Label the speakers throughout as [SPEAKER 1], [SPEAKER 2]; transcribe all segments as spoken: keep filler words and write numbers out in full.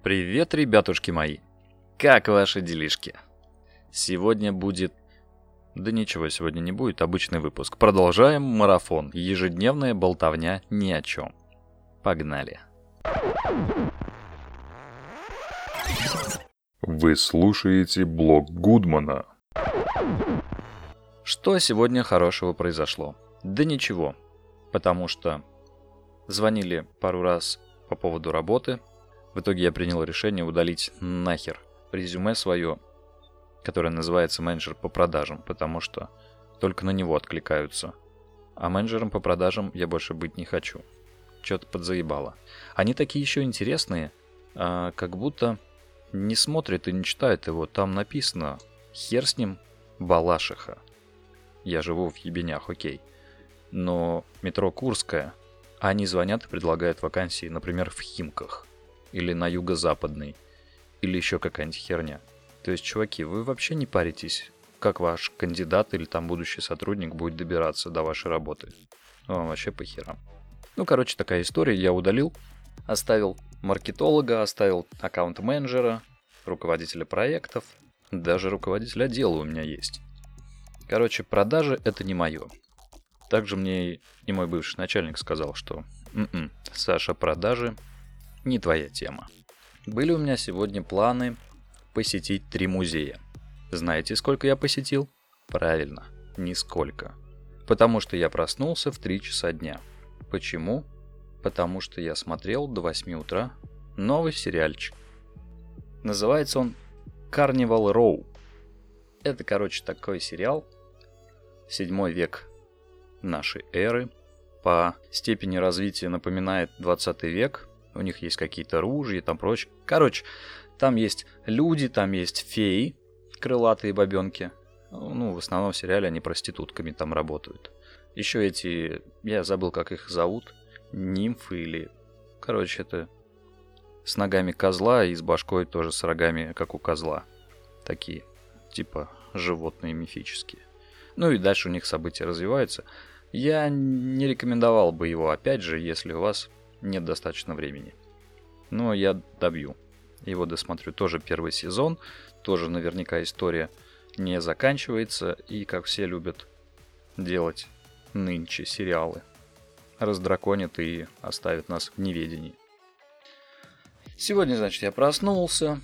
[SPEAKER 1] Привет, ребятушки мои! Как ваши делишки? Сегодня будет... Да ничего сегодня не будет, обычный выпуск. Продолжаем марафон. Ежедневная болтовня ни о чем. Погнали.
[SPEAKER 2] Вы слушаете блог Гудмана.
[SPEAKER 1] Что сегодня хорошего произошло? Да ничего, потому что звонили пару раз по поводу работы. В итоге я принял решение удалить нахер резюме свое, которое называется менеджер по продажам, потому что только на него откликаются. А менеджером по продажам я больше быть не хочу. Что-то подзаебало. Они такие еще интересные, а, как будто не смотрят и не читают его. Там написано «Хер с ним, Балашиха». Я живу в Ебенях, окей. Но метро Курская, они звонят и предлагают вакансии, например, в Химках. Или на юго-западной. Или еще какая-нибудь херня. То есть, чуваки, вы вообще не паритесь, как ваш кандидат или там будущий сотрудник будет добираться до вашей работы. Вам вообще по херам. Ну, короче, такая история. Я удалил. Оставил маркетолога, оставил аккаунт-менеджера, руководителя проектов. Даже руководитель отдела у меня есть. Короче, продажи — это не мое. Также мне и мой бывший начальник сказал, что м-м, Саша, продажи не твоя тема. Были у меня сегодня планы посетить три музея. Знаете, сколько я посетил? Правильно, нисколько. Потому что я проснулся в три часа дня. Почему? Потому что я смотрел до восьми утра новый сериальчик. Называется он Carnival Row. Это, короче, такой сериал. Седьмой век нашей эры. По степени развития напоминает двадцатый век. У них есть какие-то ружья и там прочее. Короче, там есть люди, там есть феи, крылатые бабенки. Ну, в основном в сериале они проститутками там работают. Еще эти, я забыл, как их зовут, нимфы или... Короче, это с ногами козла и с башкой тоже с рогами, как у козла. Такие, типа, животные мифические. Ну и дальше у них события развиваются. Я не рекомендовал бы его, опять же, если у вас нет достаточно времени. Но я добью. Его досмотрю. Тоже первый сезон. Тоже наверняка история не заканчивается. И, как все любят делать нынче сериалы, раздраконят и оставят нас в неведении. Сегодня, значит, я проснулся.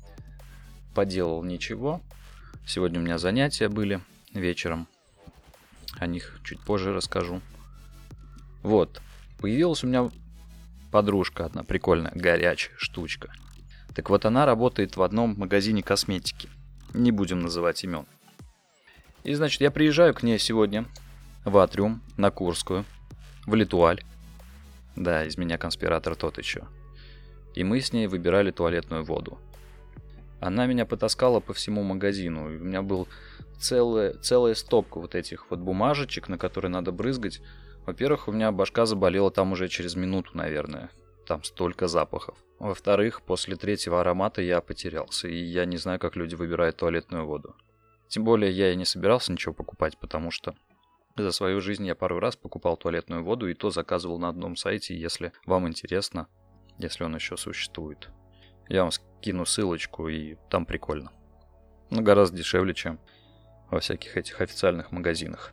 [SPEAKER 1] Поделал ничего. Сегодня у меня занятия были вечером. О них чуть позже расскажу. Вот. Появилась у меня подружка одна прикольная, горячая штучка. Так вот, она работает в одном магазине косметики. Не будем называть имен. И, значит, я приезжаю к ней сегодня в Атриум, на Курскую, в Летуаль. Да, из меня конспиратор тот еще. И мы с ней выбирали туалетную воду. Она меня потаскала по всему магазину. И у меня был целая, целая стопка вот этих вот бумажечек, на которые надо брызгать. Во-первых, у меня башка заболела там уже через минуту, наверное. Там столько запахов. Во-вторых, после третьего аромата я потерялся. И я не знаю, как люди выбирают туалетную воду. Тем более, я и не собирался ничего покупать, потому что за свою жизнь я пару раз покупал туалетную воду, и то заказывал на одном сайте, если вам интересно, если он еще существует. Я вам скину ссылочку, и там прикольно. Но гораздо дешевле, чем во всяких этих официальных магазинах.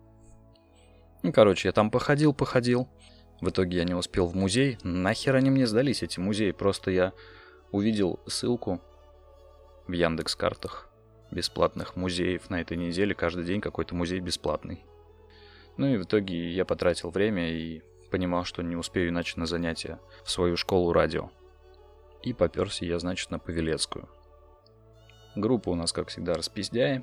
[SPEAKER 1] Ну, короче, я там походил-походил. В итоге я не успел в музей. Нахер они мне сдались, эти музеи? Просто я увидел ссылку в Яндекс.Картах бесплатных музеев на этой неделе. Каждый день какой-то музей бесплатный. Ну и в итоге я потратил время и понимал, что не успею иначе на занятия в свою школу радио. И попёрся я, значит, на Павелецкую. Группа у нас, как всегда, распиздяи.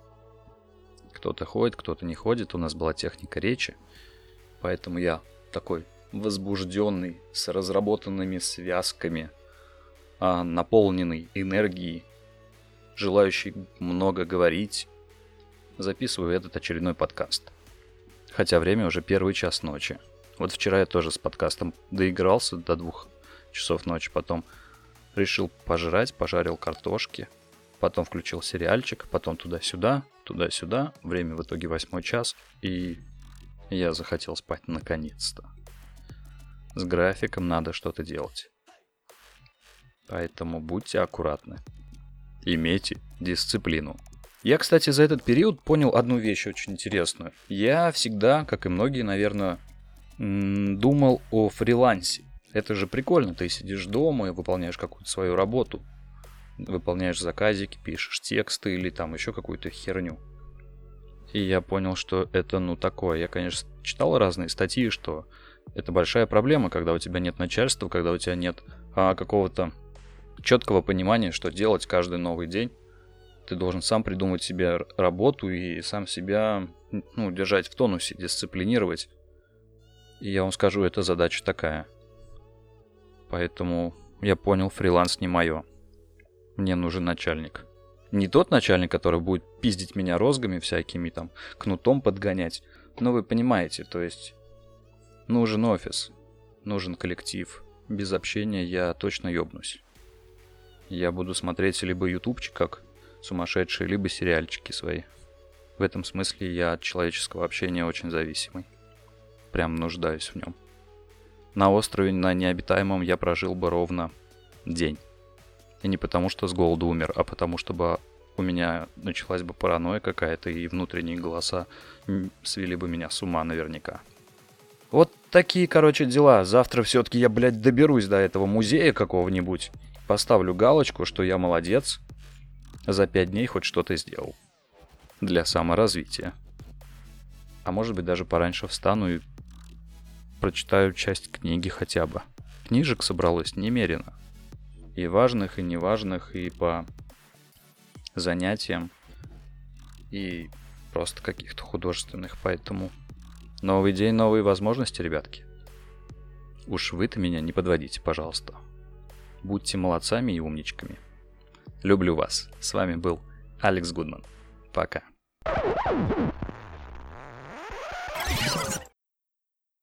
[SPEAKER 1] Кто-то ходит, кто-то не ходит. У нас была техника речи. Поэтому я такой возбужденный, с разработанными связками, наполненный энергией, желающий много говорить, записываю этот очередной подкаст. Хотя время уже первый час ночи. Вот вчера я тоже с подкастом доигрался до двух часов ночи. Потом решил пожрать, пожарил картошки. Потом включил сериальчик, потом туда-сюда, туда-сюда. Время в итоге восьмой час. И я захотел спать наконец-то. С графиком надо что-то делать. Поэтому будьте аккуратны. Имейте дисциплину. Я, кстати, за этот период понял одну вещь очень интересную. Я всегда, как и многие, наверное, думал о фрилансе. Это же прикольно, ты сидишь дома и выполняешь какую-то свою работу. Выполняешь заказики, пишешь тексты или там еще какую-то херню. И я понял, что это ну такое. Я, конечно, читал разные статьи, что это большая проблема, когда у тебя нет начальства, когда у тебя нет а, какого-то четкого понимания, что делать каждый новый день. Ты должен сам придумать себе работу и сам себя ну, держать в тонусе, дисциплинировать. И я вам скажу, эта задача такая. Поэтому я понял, фриланс не мое. Мне нужен начальник. Не тот начальник, который будет пиздить меня розгами всякими, там, кнутом подгонять. Но вы понимаете, то есть нужен офис, нужен коллектив. Без общения я точно ёбнусь. Я буду смотреть либо ютубчик как сумасшедшие, либо сериальчики свои. В этом смысле я от человеческого общения очень зависимый. Прям нуждаюсь в нем. На острове, на необитаемом я прожил бы ровно день. И не потому, что с голоду умер, а потому, чтобы у меня началась бы паранойя какая-то, и внутренние голоса свели бы меня с ума наверняка. Вот такие, короче, дела. Завтра все-таки я, блядь, доберусь до этого музея какого-нибудь. Поставлю галочку, что я молодец. За пять дней хоть что-то сделал. Для саморазвития. А может быть, даже пораньше встану и прочитаю часть книги хотя бы. Книжек собралось немерено. И важных, и неважных, и по занятиям, и просто каких-то художественных. Поэтому новый день, новые возможности, ребятки. Уж вы-то меня не подводите, пожалуйста. Будьте молодцами и умничками. Люблю вас. С вами был Алекс Гудман. Пока.